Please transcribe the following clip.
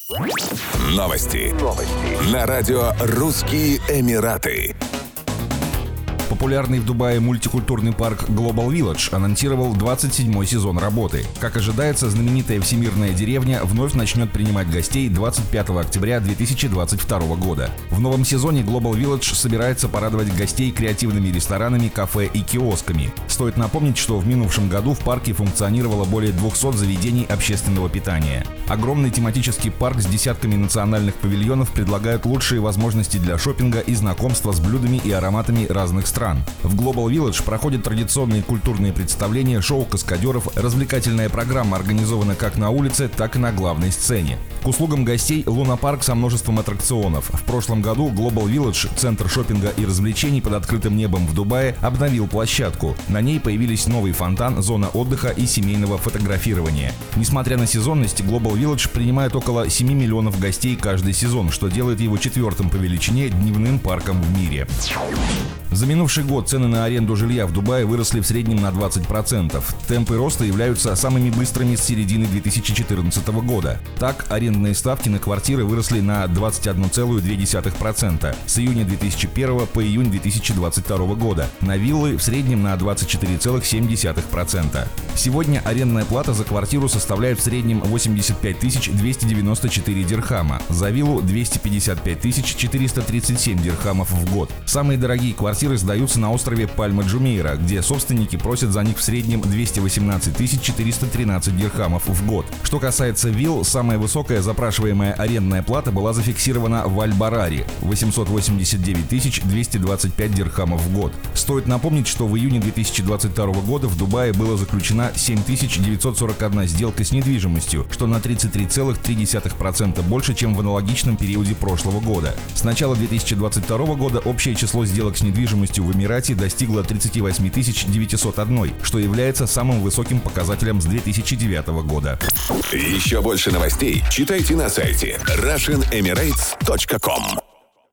Новости. На радио «Русские Эмираты». Популярный в Дубае мультикультурный парк Global Village анонсировал 27-й сезон работы. Как ожидается, знаменитая всемирная деревня вновь начнет принимать гостей 25 октября 2022 года. В новом сезоне Global Village собирается порадовать гостей креативными ресторанами, кафе и киосками. Стоит напомнить, что в минувшем году в парке функционировало более 200 заведений общественного питания. Огромный тематический парк с десятками национальных павильонов предлагает лучшие возможности для шопинга и знакомства с блюдами и ароматами разных стран. В Global Village проходят традиционные культурные представления, шоу каскадеров, развлекательная программа организована как на улице, так и на главной сцене. К услугам гостей лунопарк со множеством аттракционов. В прошлом году Global Village, центр шопинга и развлечений под открытым небом в Дубае, обновил площадку. На ней появились новый фонтан, зона отдыха и семейного фотографирования. Несмотря на сезонность, Global Village принимает около 7 миллионов гостей каждый сезон, что делает его четвертым по величине дневным парком в мире. За минувший год цены на аренду жилья в Дубае выросли в среднем на 20%. Темпы роста являются самыми быстрыми с середины 2014 года. Так, арендные ставки на квартиры выросли на 21,2% с июня 2001 по июнь 2022 года, на виллы в среднем на 24,7%. Сегодня арендная плата за квартиру составляет в среднем 85 294 дирхама, за виллу 255 437 дирхамов в год. Самые дорогие квартиры сдаются на острове Пальма-Джумейра, где собственники просят за них в среднем 218 413 дирхамов в год. Что касается вилл, самая высокая запрашиваемая арендная плата была зафиксирована в Аль-Барари – 889 225 дирхамов в год. Стоит напомнить, что в июне 2022 года в Дубае было заключена 7941 сделка с недвижимостью, что на 33,3% больше, чем в аналогичном периоде прошлого года. С начала 2022 года общее число сделок с недвижимостью в Эмирате достигла 38 901, что является самым высоким показателем с 2009 года. Еще больше новостей читайте на сайте RussianEmirates.com.